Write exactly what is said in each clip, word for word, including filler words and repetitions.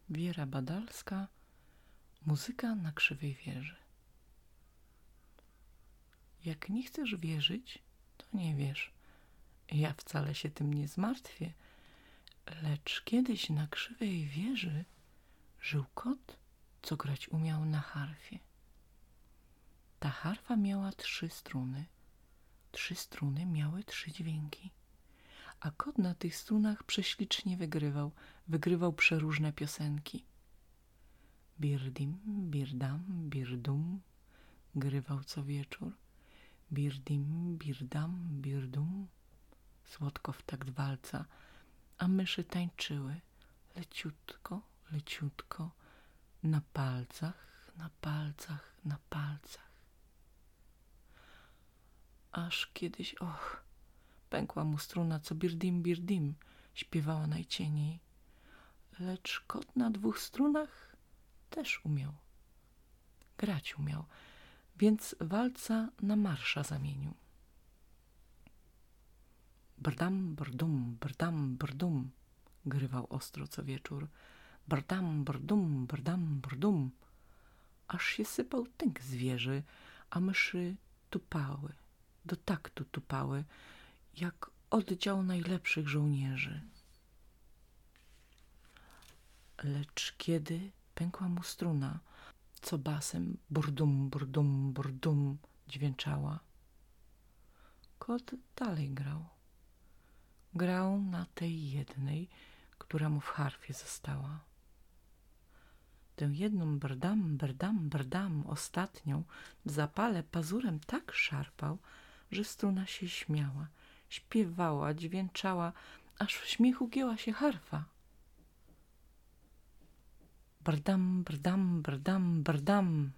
Wiera Badalska, muzyka na krzywej wieży. Jak nie chcesz wierzyć, to nie wierz. Ja wcale się tym nie zmartwię. Lecz kiedyś na krzywej wieży żył kot, co grać umiał na harfie. Ta harfa miała trzy struny. Trzy struny miały trzy dźwięki. A kot na tych strunach prześlicznie wygrywał. Wygrywał przeróżne piosenki. Birdim, birdam, birdum, grywał co wieczór. Birdim, birdam, birdum, słodko w takt walca, a myszy tańczyły leciutko, leciutko, na palcach, na palcach, na palcach. Aż kiedyś, och, pękła mu struna, co birdim, birdim śpiewała najcieniej. Lecz kot na dwóch strunach też umiał. Grać umiał, więc walca na marsza zamienił. Brdam, brdum, brdam, brdum, grywał ostro co wieczór. Brdam, brdum, brdam, brdum, aż się sypał tynk z wieży, a myszy tupały, do taktu tupały, jak oddział najlepszych żołnierzy. Lecz kiedy pękła mu struna, co basem burdum, burdum, burdum dźwięczała, kot dalej grał. Grał na tej jednej, która mu w harfie została. Tę jedną brdam, brdam, brdam, ostatnią w zapale pazurem tak szarpał, że struna się śmiała, śpiewała, dźwięczała, aż w śmiechu gięła się harfa. Brdam, brdam, brdam, brdam,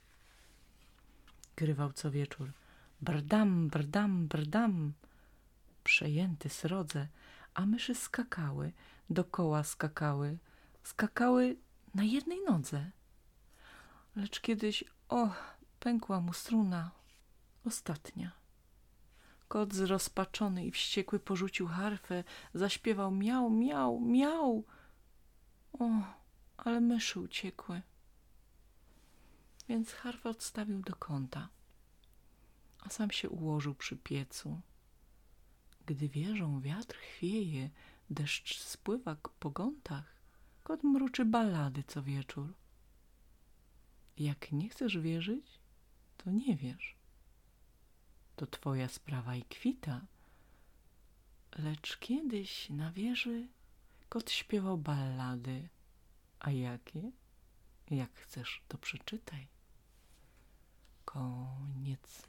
grywał co wieczór. Brdam, brdam, brdam, przejęty srodze, a myszy skakały, dokoła skakały, skakały na jednej nodze. Lecz kiedyś, och, pękła mu struna, ostatnia. Kot zrozpaczony i wściekły porzucił harfę, zaśpiewał miał, miał, miał. O, ale myszy uciekły. Więc harfę odstawił do kąta, a sam się ułożył przy piecu. Gdy wieżą wiatr chwieje, deszcz spływa po gątach, kot mruczy ballady co wieczór. Jak nie chcesz wierzyć, to nie wierz. To twoja sprawa i kwita. Lecz kiedyś na wieży kot śpiewał ballady. A jakie? Jak chcesz, to przeczytaj. Koniec.